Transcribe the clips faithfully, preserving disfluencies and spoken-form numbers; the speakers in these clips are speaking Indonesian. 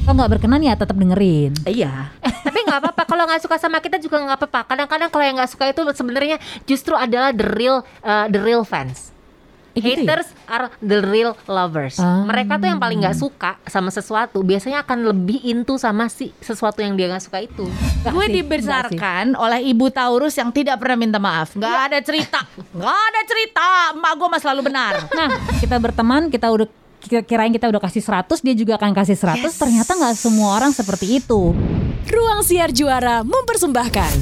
Kalau nggak berkenan ya tetap dengerin. Iya. Tapi nggak apa-apa. Kalau nggak suka sama kita juga nggak apa-apa. Kadang-kadang kalau yang nggak suka itu sebenarnya justru adalah the real, uh, the real fans. Eh, gitu Haters ya? are the real lovers. Ah. Mereka tuh yang paling nggak suka sama sesuatu biasanya akan lebih into sama si sesuatu yang dia nggak suka itu. Nggak Gue sih, dibesarkan oleh ibu Taurus yang tidak pernah minta maaf. Gak ada cerita. Gak ada cerita. Emak gue mah selalu benar. Nah, kita berteman, kita udah kira- kirain kita udah kasih seratus, dia juga akan kasih seratus. Ternyata nggak semua orang seperti itu. Ruang Siar Juara mempersembahkan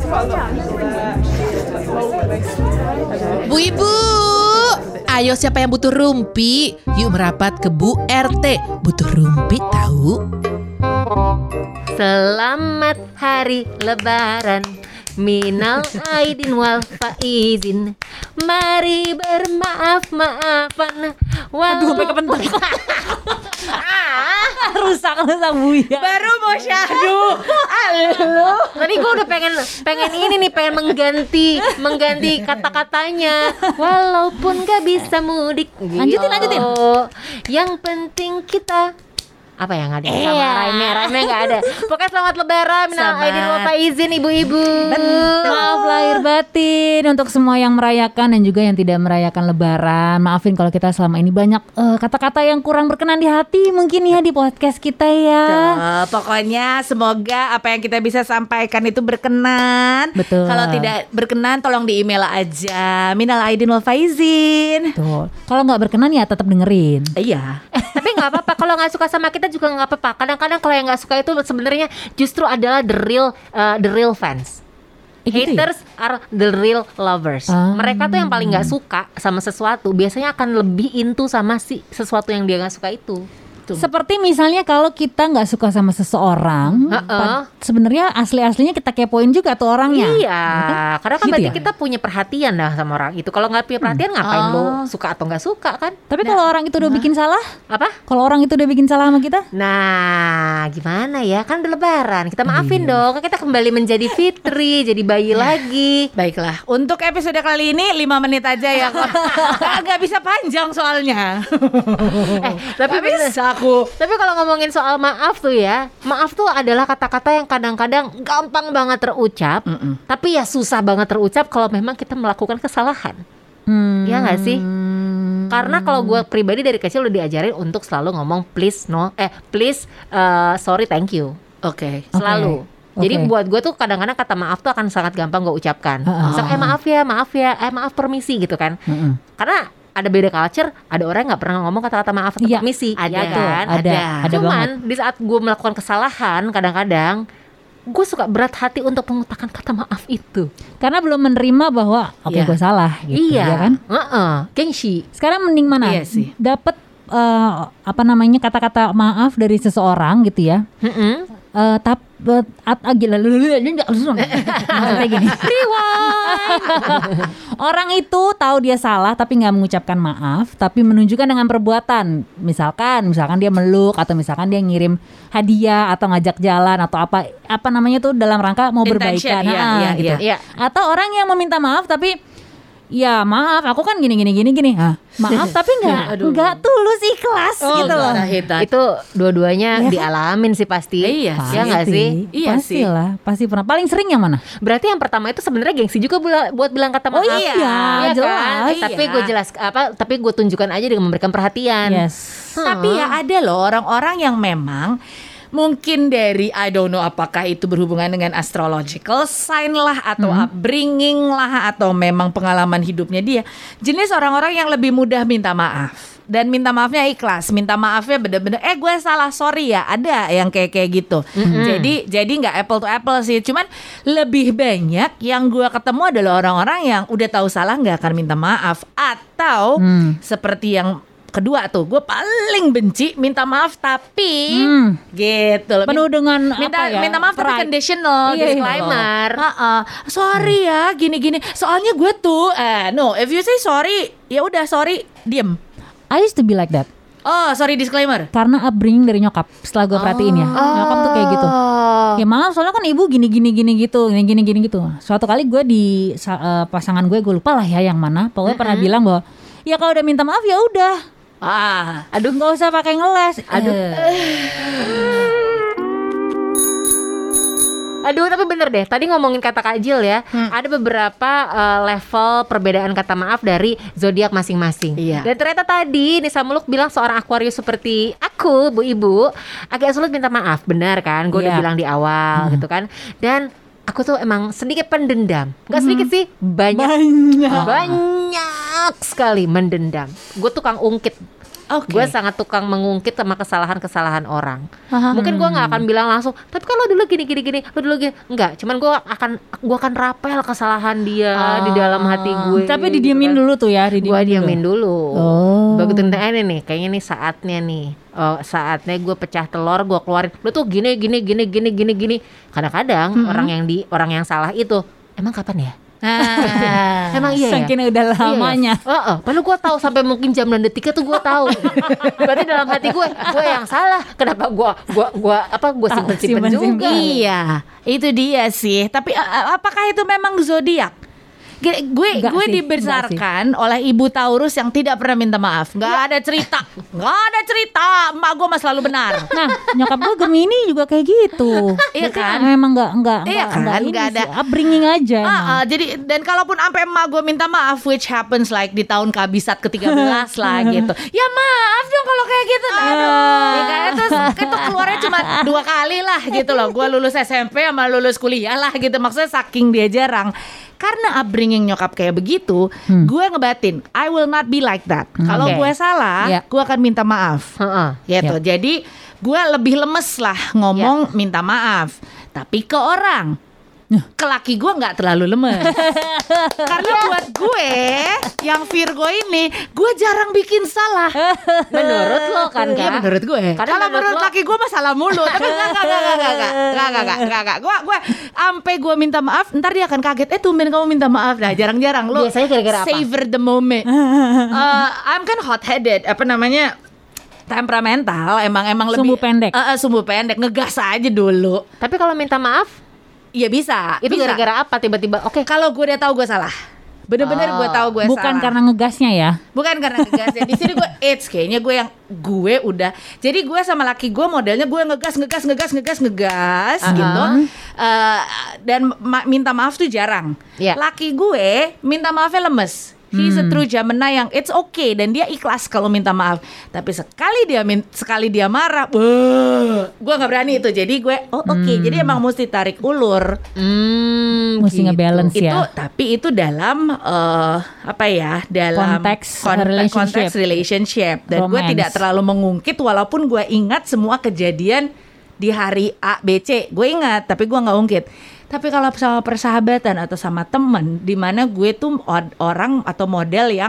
Bu Ibu, ayo siapa yang butuh rumpi? Yuk merapat ke Bu R T. Butuh rumpi tahu? Selamat hari Lebaran, minal aidin wal faizin. Mari bermaaf-maafan. Aduh, sampai kepentok. rusak rusak Buya. Baru mau syahdu. Halo. Tadi gue udah pengen pengen ini nih, pengen mengganti mengganti kata-katanya. Walaupun gak bisa mudik. Lanjutin, lanjutin. Yang penting kita apa yang ada Eh, sama ya. Raime Raime nggak ada. Pokoknya selamat Lebaran, minal aidin wal faizin ibu-ibu. Maaf lahir batin untuk semua yang merayakan dan juga yang tidak merayakan Lebaran. Maafin kalau kita selama ini banyak eh, kata-kata yang kurang berkenan di hati mungkin ya di podcast kita ya. Tuh, pokoknya semoga apa yang kita bisa sampaikan itu berkenan. Betul. Kalau tidak berkenan tolong di email aja. Minal aidin wal faizin. Tuh. Kalau nggak berkenan ya tetap dengerin. Iya. Tapi nggak apa-apa. Kalau nggak suka sama kita juga nggak apa-apa. Kadang-kadang kalau yang nggak suka itu sebenarnya justru adalah the real, uh, the real fans. Eh, gitu ya? Haters are the real lovers. Ah. Mereka tuh yang paling nggak suka sama sesuatu biasanya akan lebih into sama si sesuatu yang dia nggak suka itu. Tuh. Seperti misalnya kalau kita nggak suka sama seseorang, Heeh. pa- sebenarnya asli-aslinya kita kepoin juga tuh orangnya. Iya, Ya kan? karena kan Gitu berarti ya? kita punya perhatian dah sama orang itu. Kalau nggak punya perhatian ngapain lo suka atau nggak suka kan? Tapi kalau orang itu udah bikin salah, Apa? kalau orang itu udah bikin salah sama kita, Nah, gimana ya? Kan udah Lebaran, kita maafin dong. Kan kita kembali menjadi Fitri, jadi bayi lagi. Baiklah, untuk episode kali ini lima menit aja ya. Gak bisa panjang soalnya. Eh, tapi Gak bener. bisa aku. Tapi kalau ngomongin soal maaf tuh ya, maaf tuh adalah kata-kata yang kadang-kadang gampang banget terucap, Mm-mm. tapi ya susah banget terucap kalau memang kita melakukan kesalahan. hmm, Ya nggak sih? Karena kalau gue pribadi dari kecil udah diajarin untuk selalu ngomong please no, eh please, uh, sorry, thank you, Oke. selalu. Jadi Oke. buat gue tuh kadang-kadang kata maaf tuh akan sangat gampang gue ucapkan. Heeh. Misal, eh maaf ya, maaf ya, eh maaf permisi gitu kan. Mm-mm. Karena ada beda culture, ada orang yang nggak pernah ngomong kata-kata maaf atau Iya, permisi, ada, ya kan? ada, ada Cuman di saat gue melakukan kesalahan, kadang-kadang gue suka berat hati untuk mengutarakan kata maaf itu. Karena belum menerima bahwa oke Iya. gue salah gitu, Iya, ya kan? Heeh, gengsi. Sekarang mending mana? Iya sih. Dapat eh, apa namanya kata-kata maaf dari seseorang gitu ya. Heeh. Eh tap eh, at ah, gila maksudnya gini. Orang itu tahu dia salah tapi nggak mengucapkan maaf, tapi menunjukkan dengan perbuatan. Misalkan, misalkan dia meluk atau misalkan dia ngirim hadiah atau ngajak jalan atau apa apa namanya tuh dalam rangka mau Intention, berbaikan, iya, ah, iya, gitu. iya. Atau orang yang meminta maaf tapi ya maaf, aku kan gini gini gini gini. Hah, maaf tapi nggak Aduh. nggak tulus ikhlas gitu loh. Itu dua-duanya dialamin sih pasti. Iya Ya nggak sih? Iya pasti sih. lah, pasti pernah. Paling sering yang mana? Berarti yang pertama itu sebenarnya gengsi juga bula- buat bilang kata maaf. Oh iya, Iya jelas. kan? Iya. Tapi gue jelas apa? Tapi gue tunjukkan aja dengan memberikan perhatian. Yes. Tapi ya ada loh orang-orang yang memang mungkin dari I don't know apakah itu berhubungan dengan astrological sign lah atau upbringing lah atau memang pengalaman hidupnya dia. Jenis orang-orang yang lebih mudah minta maaf. Dan minta maafnya ikhlas, minta maafnya bener-bener eh gue salah sorry ya, ada yang kayak kayak gitu. Jadi jadi nggak apple to apple sih, cuman lebih banyak yang gue ketemu adalah orang-orang yang udah tahu salah nggak akan minta maaf atau Hmm. seperti yang kedua tuh, gue paling benci minta maaf tapi Hmm. gitu loh. Penuh dengan minta apa ya? minta maaf tapi pride. conditional, Iya, iya. disclaimer. Heeh. Sorry ya, gini-gini. Soalnya gue tuh, eh no, if you say sorry, ya udah sorry, diem. I used to be like that. Oh, sorry disclaimer. Karena upbringing dari nyokap. Setelah gue perhatiin ya, nyokap tuh kayak gitu. Ya maaf, soalnya kan ibu gini gini gini gitu, gini gini gini gitu. Suatu kali gue di sa- eh, pasangan gue, gue lupa lah ya yang mana. Pokoknya pernah bilang bahwa ya kalau udah minta maaf ya udah. Ah, Aduh, nggak usah pakai ngeles. Aduh. Aduh, tapi bener deh. Tadi ngomongin kata kajil ya. Hmm. Ada beberapa uh, level perbedaan kata maaf dari zodiak masing-masing. Iya. Dan ternyata tadi Nisa Muluk bilang seorang Aquarius seperti aku, Bu Ibu, agak sulit minta maaf. Benar kan? Gue Iya. udah bilang di awal Hmm. gitu kan. Dan aku tuh emang sedikit pendendam. Gak sedikit sih, banyak. Banyak. Banyak sekali mendendam. Gue tukang ungkit. Oke. Gue sangat tukang mengungkit sama kesalahan-kesalahan orang. Aha. Mungkin gue nggak akan bilang langsung, tapi kan lo dulu gini gini gini, lo dulu gini. Enggak, cuman gue akan gue akan rapel kesalahan dia di dalam hati gue. Tapi didiemin gitu kan. dulu tuh ya, Gue didiemin diamin dulu. Oh. Begitu ini nih, kayaknya nih saatnya nih. Oh, saatnya gue pecah telur, gue keluarin. Lo tuh gini gini gini gini gini gini. Kadang-kadang orang yang di orang yang salah itu emang kapan ya? Ah. Emang iya ya? Saking udah lamanya. Iya, ya? uh-uh. Padahal gue tahu sampai mungkin jam dan detiknya tuh gue tahu. Berarti dalam hati gue, gue yang salah. Kenapa gue, gue, gue apa gue simpen simpen juga? Iya, itu dia sih. Tapi uh, apakah itu memang zodiak? Gue gue, Enggak gue sih, dibesarkan oleh ibu Taurus yang tidak pernah minta maaf. Nggak ada cerita, nggak ada cerita. Emak gue mah selalu benar. Nah, nyokap gue Gemini juga kayak gitu. Iya Berarti kan? Memang nggak nggak Iya nggak- kan? nggak ini Nggak ada. sih, upbringing aja. Ah, emang. ah, jadi dan kalaupun sampai emak gue minta maaf, which happens like di tahun kabisat ke tiga belas lah gitu. Ya maaf dong kalau kayak gitu. Aduh. Ya kan itu, itu keluarnya cuma dua kali lah gitu loh. Gue lulus S M P sama lulus kuliah lah gitu. Maksudnya saking dia jarang. Karena upbringing nyokap kayak begitu, Hmm. gue ngebatin, I will not be like that. Kalau Oke. gue salah, Ya. gue akan minta maaf. Heeh. Gitu. Jadi gue lebih lemes lah ngomong minta maaf. Tapi ke orang, ke laki gue nggak terlalu lemes. Karena buat gue yang Virgo ini, gue jarang bikin salah. Menurut lo kan Iya Kak? menurut gue. Karena Kalau menurut menurut lo- laki gue mah salah mulu. Tapi enggak enggak enggak enggak enggak enggak enggak enggak enggak enggak. Gue gue ampe gue minta maaf, ntar dia akan kaget. Eh tumben kamu minta maaf. Nah jarang-jarang lo. Biasanya gara-gara apa? Savor the moment. Uh, I'm kan hot headed. Apa namanya? Temperamental. Emang emang lebih. Sumbu pendek. Uh, uh, sumbu pendek. Ngegas aja dulu. Tapi kalau minta maaf, Iya bisa. itu bisa. gara-gara apa tiba-tiba? Oke, Kalau gue udah tahu gue salah. Bener-bener Oh. gue tahu gue Bukan salah. karena ngegasnya ya. Bukan karena ngegas ya. Di sini gue it's kayaknya gue yang gue udah. Jadi gue sama laki gue modelnya gue ngegas ngegas ngegas ngegas ngegas Uh-huh. gitu. Eh, dan ma- minta maaf tuh jarang. Iya. Laki gue minta maafnya lemes. He's a true Gemini yang it's okay dan dia ikhlas kalau minta maaf. Tapi sekali dia min- sekali dia marah, wah, gue nggak berani itu. Jadi gue oh oke. Jadi emang mesti tarik ulur. hmm, Mesti gitu. ngebalance Itu ya. tapi itu dalam eh, apa ya dalam Konteks konte- relationship. konteks relationship dan gue Romance. tidak terlalu mengungkit walaupun gue ingat semua kejadian di hari A B C gue ingat tapi gue nggak ungkit. Tapi kalau sama persahabatan atau sama temen di mana gue tuh od- orang atau model yang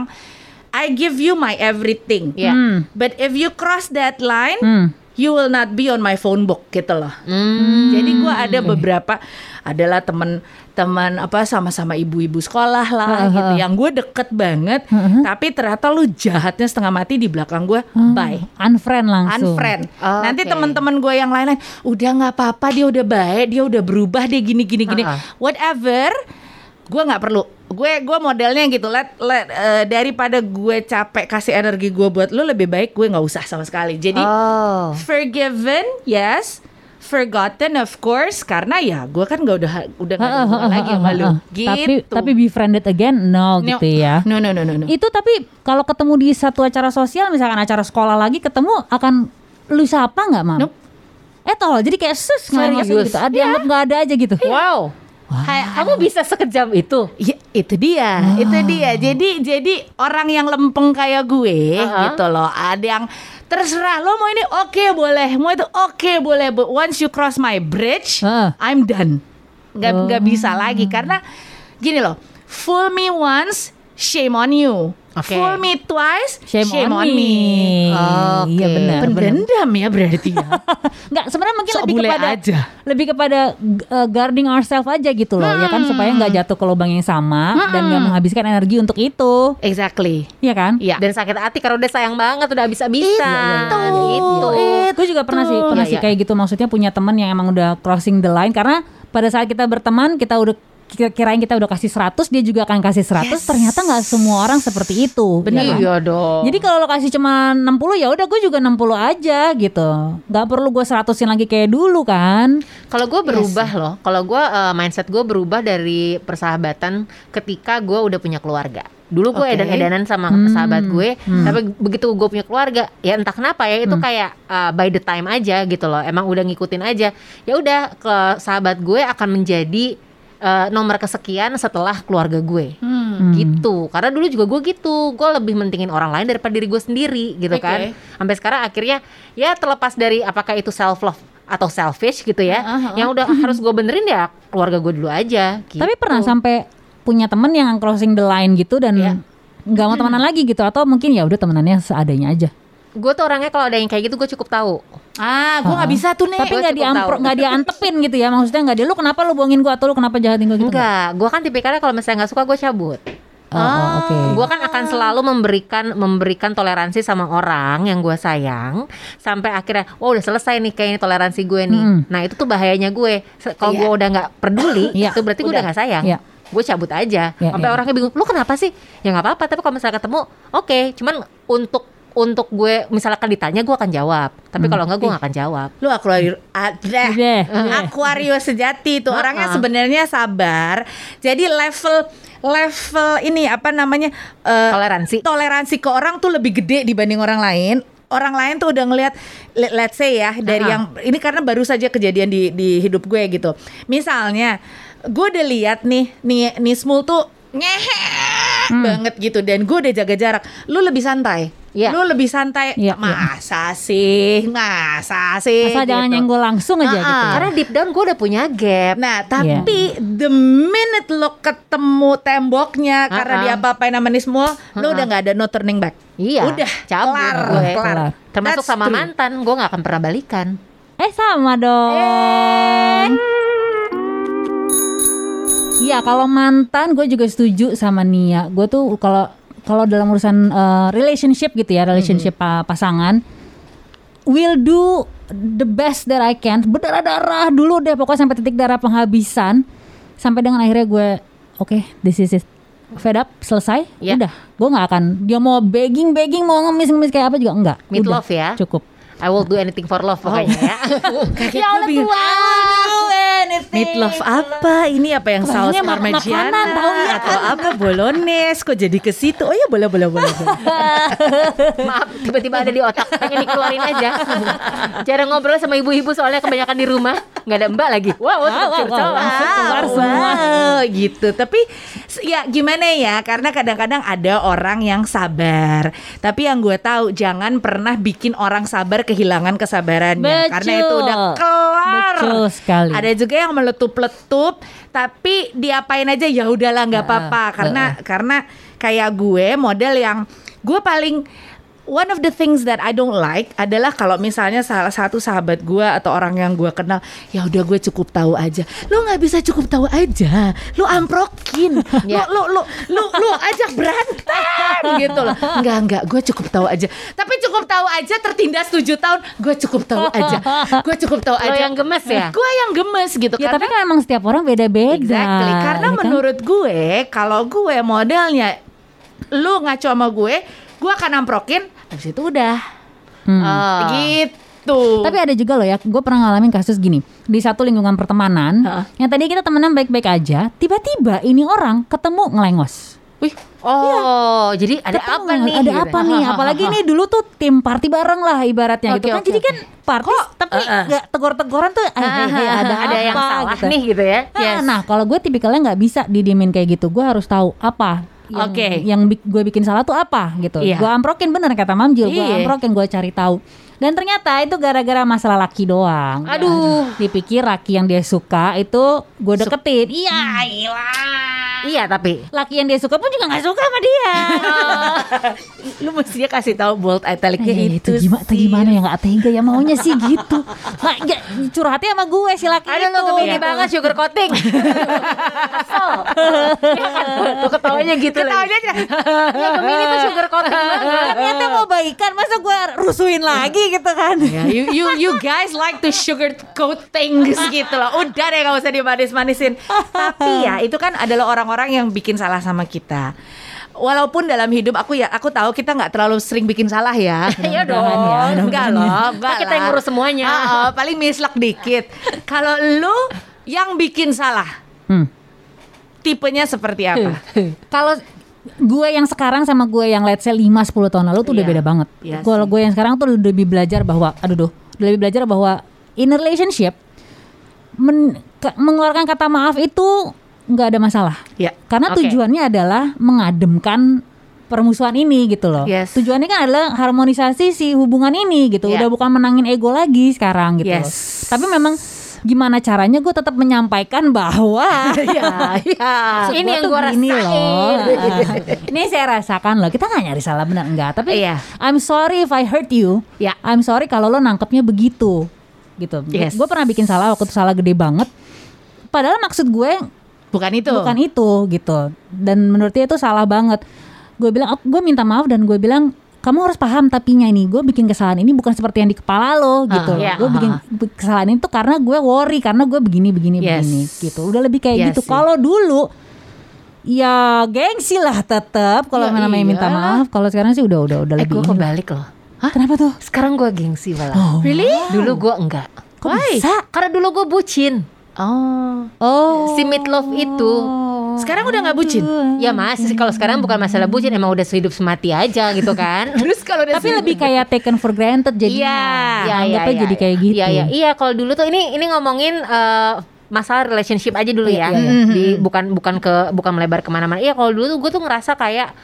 I give you my everything. Iya. Hmm. But if you cross that line, Hmm. you will not be on my phone book gitu loh. Hmm. Jadi gue ada beberapa adalah teman-teman apa sama-sama ibu-ibu sekolah lah Uh-huh. gitu yang gue deket banget. Tapi ternyata lu jahatnya setengah mati di belakang gue. Bye. Unfriend langsung. Unfriend. Oh, Nanti oke. teman-teman gue yang lain-lain udah nggak apa-apa dia udah baik dia udah berubah dia gini gini gini. Uh-uh. Whatever. Gue nggak perlu. Gue gue modelnya gitu. Let, let eh, daripada gue capek kasih energi gue buat lu lebih baik gue nggak usah sama sekali. Jadi Oh. forgiven yes. Forgotten of course karena ya gue kan nggak udah udah nggak ada hubungan lagi sama lu. Gitu. Tapi tapi befriended again no, No. gitu ya. No no no no no. Itu tapi kalau ketemu di satu acara sosial misalkan acara sekolah lagi ketemu akan lu sapa nggak Mam? Nope. Eh tol jadi kayak sus nggak Serius? masuk gitu. Ada yang nggak ada aja gitu. Wow. Kayak kamu bisa sekejam itu? Ya, itu dia, itu dia. Jadi jadi orang yang lempeng kayak gue Uh-uh. gitu loh. Ada yang terserah lo mau ini oke boleh, mau itu oke boleh. But once you cross my bridge, Uh. I'm done. Gak Oh. nggak bisa lagi karena gini loh. Fool me once, shame on you. Oke. Fool me twice, Shame, on, me. Oke. Iya benar. benar. Pendendam ya berarti ya. Nggak sebenarnya mungkin Sok lebih bule kepada aja. lebih kepada uh, guarding ourselves aja gitu loh ya kan supaya nggak jatuh ke lubang yang sama dan nggak menghabiskan energi untuk itu. Exactly. Iya kan? Iya. Dan sakit hati karena udah sayang banget udah bisa-bisa. Gitu. Gue juga pernah sih pernah Iya, sih iya. kayak gitu maksudnya punya teman yang emang udah crossing the line karena pada saat kita berteman kita udah kirain kita udah kasih seratus, dia juga akan kasih seratus. Yes. Ternyata nggak semua orang seperti itu. Bener. ya kan? Iya dong. Jadi kalau lo kasih cuma enam puluh ya udah gue juga enam puluh aja gitu. Nggak perlu gue seratusin lagi kayak dulu kan. Kalau gue berubah loh. Kalau gue uh, mindset gue berubah dari persahabatan ketika gue udah punya keluarga. Dulu gue Oke. edan-edanan sama Hmm. sahabat gue, Hmm. tapi begitu gue punya keluarga, ya entah kenapa ya itu kayak uh, by the time aja gitu loh. Emang udah ngikutin aja. Ya udah, ke sahabat gue akan menjadi uh, nomor kesekian setelah keluarga gue. Hmm. Gitu. Karena dulu juga gue gitu. Gue lebih mentingin orang lain daripada diri gue sendiri gitu Oke. kan. Sampai sekarang akhirnya ya terlepas dari apakah itu self love atau selfish gitu ya. Uh-huh. Yang udah harus gue benerin ya keluarga gue dulu aja gitu. Tapi pernah sampai punya temen yang crossing the line gitu dan Iya. nggak mau temenan lagi gitu, atau mungkin ya udah temenannya seadanya aja. Gue tuh orangnya kalau ada yang kayak gitu gue cukup tahu. Ah, gue nggak bisa tuh nih. Tapi Gua nggak cukup diampro, tahu. nggak diantepin gitu ya, maksudnya nggak dia lu kenapa lu bohongin gue atau lu kenapa jahatin gue gitu. Enggak, gue kan tipikalnya kalau misalnya nggak suka gue cabut. Oh, oh, oke. Gue kan akan selalu memberikan memberikan toleransi sama orang yang gue sayang sampai akhirnya, oh udah selesai nih kayaknya toleransi gue nih. Mm. Nah itu tuh bahayanya gue. Se- Kalau Iya. gue udah nggak peduli, Iya. itu berarti gue udah nggak sayang. Iya. Gue cabut aja. Iya, Sampai iya. orangnya bingung, lu kenapa sih? Ya nggak apa-apa. Tapi kalau misalnya ketemu, oke. Cuman untuk untuk gue misalkan ditanya gue akan jawab. Tapi kalau enggak gue nggak akan jawab. Lu Aquarius ada. Iya. Aquarius sejati itu orangnya sebenarnya sabar. Jadi level level ini apa namanya eh, Toleransi. toleransi ke orang tuh lebih gede dibanding orang lain. Orang lain tuh udah ngelihat, let- let's say ya dari Uh-uh. yang ini karena baru saja kejadian di di hidup gue gitu. Misalnya, gue udah lihat nih nih Nismul tuh ngehe banget gitu dan gue udah jaga jarak. Lu lebih santai. Iya. Lu lebih santai. Iya, Masa sih, masa sih. Asal jangan gitu. nyenggol langsung aja Ah, gitu. ah. Karena deep down gue udah punya gap. Nah, tapi the minute lo ketemu temboknya karena Uh-uh. dia apa-apain sama Nismul, lo udah nggak ada no turning back. Iya, Udah, cabut kelar, gue. kelar. Termasuk That's sama true. mantan, gue gak akan pernah balikan. Eh sama dong. Iya, kalau mantan gue juga setuju sama Nia. Gue tuh kalau kalau dalam urusan uh, relationship gitu ya, relationship pa- pasangan, will do the best that I can. Berdarah-darah dulu deh, pokoknya sampai titik darah penghabisan. Sampai dengan akhirnya gue, oke, this is it. Fed up, selesai, Ya. udah. Gue nggak akan. Dia mau begging, begging, mau ngemis-ngemis kayak apa juga enggak. Meet Udah, love ya. Cukup. I will do anything for love pokoknya ya. Kayak gue bingung. Meatloaf apa? Ini apa yang saus Kebayangnya mak- parmigiana makanan, tahu ya. atau apa bolognese? Kok jadi ke situ? Oh ya boleh boleh boleh. boleh. Maaf, tiba-tiba ada di otak, pengen dikeluarin aja. Cara ngobrol sama ibu-ibu soalnya kebanyakan di rumah, nggak ada mbak lagi. Wow, wow, wow, wow, wow. langsung keluar semua. Wow, gitu. Tapi ya gimana ya? Karena kadang-kadang ada orang yang sabar. Tapi yang gue tahu jangan pernah bikin orang sabar kehilangan kesabarannya. Betul. Karena itu udah kelar. Betul sekali. Ada juga yang meletup-letup, tapi diapain aja ya udahlah nggak apa-apa. Karena karena kayak gue model yang gue paling one of the things that I don't like adalah kalau misalnya salah satu sahabat gue atau orang yang gue kenal, ya udah gue cukup tahu aja. Lu nggak bisa cukup tahu aja, lu amprokin, Ya. lu lu lu lu lu ajak berantem gitu loh. Enggak enggak, gue cukup tahu aja. Tapi cukup tahu aja tertindas tujuh tahun, gue cukup tahu aja, gue cukup tahu Lo aja. yang gemes ya? Gue yang gemes gitu. Ya karena tapi kan emang setiap orang beda-beda. exactly. Karena ya kan? menurut gue, kalau gue modelnya lu ngaco sama gue, gue akan amprokin. Habis itu udah Hmm. Oh. gitu. Tapi ada juga loh ya, gue pernah ngalamin kasus gini. Di satu lingkungan pertemanan, Heeh. yang tadi kita temenan baik-baik aja, tiba-tiba ini orang ketemu ngelengos. Wih, Oh, jadi ada Ketemu apa ngelengos. nih? Ada gitu. apa nih? Apalagi nih dulu tuh tim party bareng lah ibaratnya Oke, gitu kan. oke, Jadi oke. kan party, tapi Uh-uh. nggak tegor-tegoran tuh. "Eh, hey, hey, ada, ada yang apa?" salah gitu. nih gitu ya. Nah, Yes. nah kalau gue tipikalnya nggak bisa didiemin kayak gitu. Gue harus tahu apa yang, Oke. yang bi- gue bikin salah tuh apa gitu. Iya. Gue amprokin bener kata Mamjil. Gue Iya. amprokin, gue cari tahu. Dan ternyata itu gara-gara masalah laki doang. Aduh. Dipikir laki yang dia suka itu gue deketin. Iya, ilah. Iya tapi Laki yang dia suka pun juga nggak suka sama dia. lu mestinya kasih tahu bold italicnya Eh, itu. itu gimana, itu sih. gimana ya nggak tega ya maunya sih gitu. Nah, ya, curhatnya sama gue si laki ada itu. lo Gemini gitu. banget sugar coating. Kesel. Ya kan? Tuh ketawanya gitu Ketawanya lagi. Ya Gemini tuh sugar coating banget. Ternyata mau baikan, masa gue rusuhin lagi gitu kan. Ya, you, you you guys like to sugarcoat things gitu loh. Udah deh, gak usah dimanis-manisin. Tapi ya itu kan adalah orang-orang yang bikin salah sama kita. Walaupun dalam hidup aku ya aku tahu kita nggak terlalu sering bikin salah ya. Iya dong. Ya, Enggak loh, enggak Kita yang lah. ngurus semuanya. Ah, ah, paling mislek dikit. Kalau lu yang bikin salah, Hmm. tipenya seperti apa? Kalau gue yang sekarang sama gue yang let's say lima sepuluh tahun lalu tuh udah Iya. beda banget. Iya Kalau sih. gue yang sekarang tuh udah lebih belajar bahwa aduh duh, udah lebih belajar bahwa in a relationship men- ke- mengeluarkan kata maaf itu nggak ada masalah. Ya. Karena Oke. tujuannya adalah mengademkan permusuhan ini gitu loh. Yes. Tujuannya kan adalah harmonisasi si hubungan ini gitu. Yeah. Udah bukan menangin ego lagi sekarang gitu loh. Yes. Tapi memang gimana caranya gue tetap menyampaikan bahwa Ya, ya. maksud Ini gua yang tuh gua gini rasain. loh. Ini saya rasakan loh. Kita nggak nyari salah benar enggak. Tapi Iya. I'm sorry if I hurt you. Ya. I'm sorry kalau lo nangkepnya begitu. Gitu. Yes. Gue pernah bikin salah waktu itu salah gede banget. Padahal maksud gue Bukan itu. bukan itu gitu. Dan menurut dia itu salah banget. Gue bilang, gue minta maaf dan gue bilang kamu harus paham tapinya ini. Gue bikin kesalahan ini bukan seperti yang di kepala lo gitu. iya. Gue bikin kesalahan itu karena gue worry karena gue begini begini Yes. begini gitu. Udah lebih kayak Iya gitu. sih. Kalau dulu ya gengsi lah tetap kalau Ya namanya minta iyalah. maaf. Kalau sekarang sih udah udah udah Eh lebih. gue ini lah. kebalik loh. Hah? Kenapa tuh? Sekarang gue gengsi malah. Oh. Really? Dulu gue enggak. Kok bisa? Karena dulu gue bucin. Oh. Oh. Si meatloaf itu. Sekarang udah nggak bucin? Ya masih sih, kalau sekarang bukan masalah bucin, emang udah sehidup semati aja gitu kan. Terus kalau udah Tapi sehidup- lebih kayak taken for granted jadinya. Iya. Iya, Anggapnya iya, jadi iya. kayak gitu. Iya, iya, iya. Kalau dulu tuh ini ini ngomongin eh, masalah relationship aja dulu Iya, ya. iya, iya. Di bukan bukan ke bukan melebar kemana-mana. Iya, kalau dulu tuh gue tuh ngerasa kayak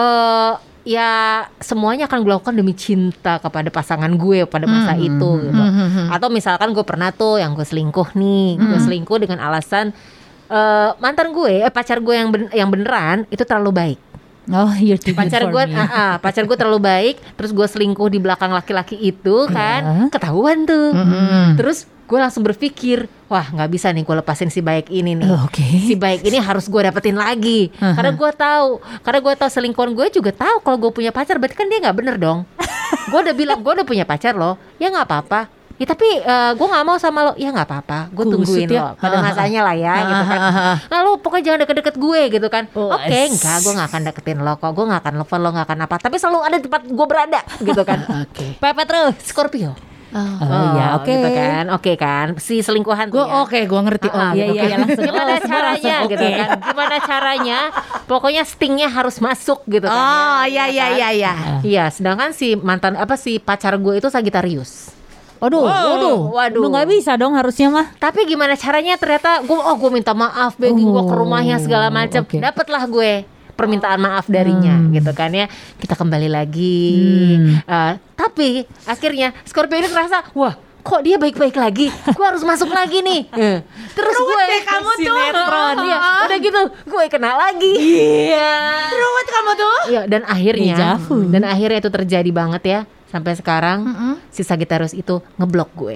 eh ya semuanya akan gue lakukan demi cinta kepada pasangan gue pada masa Hmm, itu hmm, gitu. Atau misalkan gue pernah tuh yang gue selingkuh nih, gue selingkuh dengan alasan eh, mantan gue, eh, pacar gue yang ben- yang beneran itu terlalu baik. Oh, you're too good Pacar for gue, me. ah, ah, pacar gue terlalu baik, terus gue selingkuh di belakang laki-laki itu kan, ketahuan tuh. Terus gue langsung berpikir, wah nggak bisa nih gue lepasin si baik ini nih. Oh, oke. Si baik ini harus gue dapetin lagi. Karena gue tahu, karena gue tahu selingkuhan gue juga tahu kalau gue punya pacar, berarti kan dia nggak bener dong. Gue udah bilang gue udah punya pacar loh, ya nggak apa-apa. Ya tapi uh, gue nggak mau sama lo, ya nggak apa-apa. Gue Kusut tungguin ya. lo pada masanya lah ya, gitu kan. Nah lo pokoknya jangan deket-deket gue gitu kan. Oh, Oke, enggak, gue nggak akan deketin lo kok, gue nggak akan nelfon lo, nggak akan apa. Tapi selalu ada di tempat gue berada, gitu kan. Oke. Pepet terus. Scorpio. Oh, iya, oke. Gitu kan, oke kan. Si selingkuhan Gue tuh ya. oke, gue ngerti. Oh, Ah, iya, gitu iya, kan. iya, langsung. Gimana Oh, semua caranya langsung, gitu oke. kan? Gimana caranya? Pokoknya stingnya harus masuk gitu kan. Oh, ya, iya, iya, kan? iya, iya. Iya, sedangkan si mantan apa si pacar gue itu Sagittarius. Waduh, waduh, waduh. Udah nggak bisa dong harusnya mah. Tapi gimana caranya ternyata gue oh gue minta maaf, begging gue ke rumahnya segala macam. oke. Dapatlah gue permintaan maaf darinya gitu kan ya. Kita kembali lagi. Eh, tapi akhirnya Scorpio ini terasa, wah kok dia baik-baik lagi, gue harus masuk lagi nih. Eh, Terus gue deh kamu tuh. sinetron, ya, udah gitu gue kena lagi. Iya. Ruwet kamu tuh. Iya, dan akhirnya Deja vu. dan akhirnya itu terjadi banget ya. Sampai sekarang si Sagittarius itu ngeblok gue.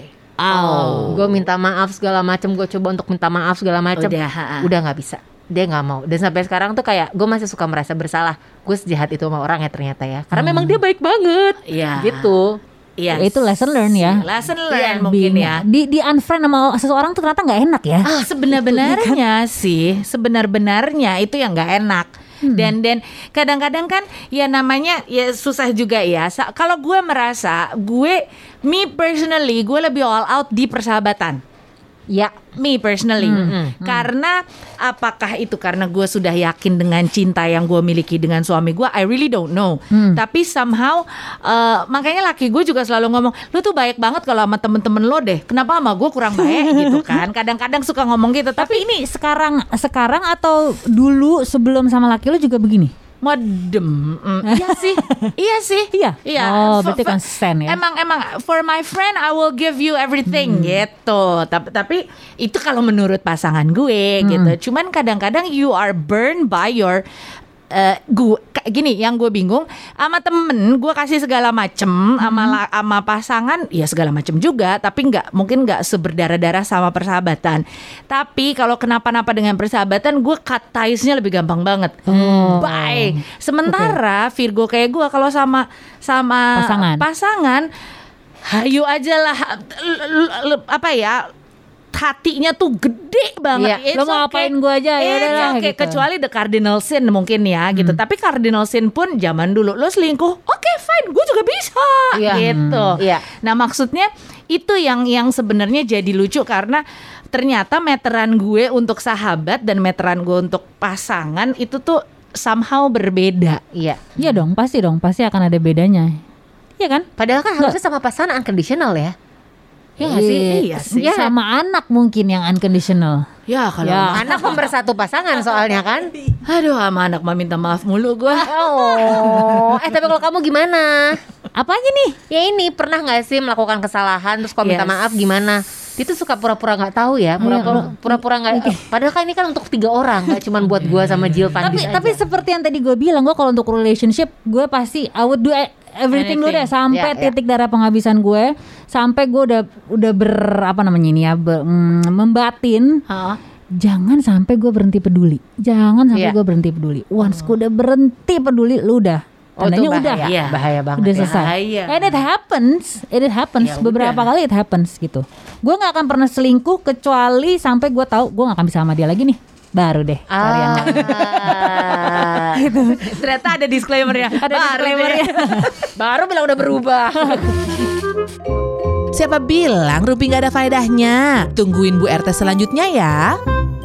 Oh. Gue minta maaf segala macam, gue coba untuk minta maaf segala macam, Udah, ha-ha. udah nggak bisa, dia nggak mau. Dan sampai sekarang tuh kayak gue masih suka merasa bersalah, gue sejahat itu sama orang ya ternyata ya, karena memang dia baik banget, Iya. gitu. Iya. Ya, itu lesson learn ya. Lesson learn Iya, mungkin Bing. ya. Di di unfriend sama seseorang tuh ternyata nggak enak ya. Ah, sebenar-benarnya sih, sebenar-benarnya itu yang nggak enak. Dan dan kadang-kadang kan ya namanya ya susah juga ya. Sa- Kalau gue merasa gue me personally gue lebih all out di persahabatan. Ya, Me personally. Karena apakah itu karena gue sudah yakin dengan cinta yang gue miliki dengan suami gue, I really don't know. Tapi somehow uh, makanya laki gue juga selalu ngomong, lu tuh baik banget kalau sama temen-temen lo deh. Kenapa sama gue kurang baik gitu kan? Kadang-kadang suka ngomong gitu. Tapi Tapi ini sekarang sekarang atau dulu sebelum sama laki lu juga begini? modem. Mm, iya sih. Iya sih. Iya? Iya. Oh, For- berarti for- konsisten ya? Emang emang for my friend I will give you everything gitu. Tapi tapi itu kalau menurut pasangan gue gitu. Cuman kadang-kadang you are burned by your eh gue kayak gini yang gue bingung sama temen gue kasih segala macem sama la- sama pasangan ya segala macem juga tapi nggak mungkin nggak seberdarah-darah sama persahabatan tapi kalau kenapa-napa dengan persahabatan gue cut ties-nya lebih gampang banget. Bye. Sementara Virgo kayak gue kalau sama sama Pasangan. pasangan hayu aja lah, apa ya, hatinya tuh gede banget. Iya, lo mau ngapain gue aja ya udahlah okay. gitu. Kecuali the cardinal sin mungkin ya Hmm. gitu. Tapi cardinal sin pun zaman dulu lo selingkuh, oke okay, fine, gue juga bisa Iya. gitu. Hmm. Iya. Nah maksudnya itu yang yang sebenarnya jadi lucu karena ternyata meteran gue untuk sahabat dan meteran gue untuk pasangan itu tuh somehow berbeda. Iya. Iya dong, pasti dong, pasti akan ada bedanya. Iya kan? Padahal kan harusnya sama pasangan unconditional ya. Iya gak sih? Iya sih. Iya. Sama anak mungkin yang unconditional. Ya kalau Ya. Anak mempersatu pasangan soalnya kan. aduh sama anak mah minta maaf mulu gue. Oh, eh tapi kalau kamu gimana? Apanya nih? Ya ini pernah nggak sih melakukan kesalahan terus kalau minta Yes. maaf gimana? Dia tuh suka pura-pura nggak tahu ya, pura-pura pura-pura nggak. Padahal kan ini kan untuk tiga orang, nggak cuma buat gua sama Jill Tapi Fandis aja. tapi seperti yang tadi gue bilang, gue kalau untuk relationship gue pasti I would do everything dulu deh Anything. sampai Ya, ya. titik darah penghabisan gue, sampai gue udah udah ber apa namanya ini ya ber- mm, membatin. Hah? Jangan sampai gue berhenti peduli. Jangan sampai Iya. gue berhenti peduli. Once gue udah berhenti peduli, lu udah. Oh, itu Tandanya udah. bahaya, Iya. bahaya banget. Udah ya. selesai. Bahaya. And it happens, it, it happens. Ya Beberapa udah. kali it happens gitu. Gue nggak akan pernah selingkuh kecuali sampai gue tahu gue nggak akan bisa sama dia lagi nih. Baru deh cari yang lain. Ah. Ternyata ada disclaimer-nya. Ada Baru disclaimer-nya. deh. Baru bilang udah berubah. Siapa bilang Rumpi gak ada faedahnya? Tungguin Bu R T selanjutnya ya.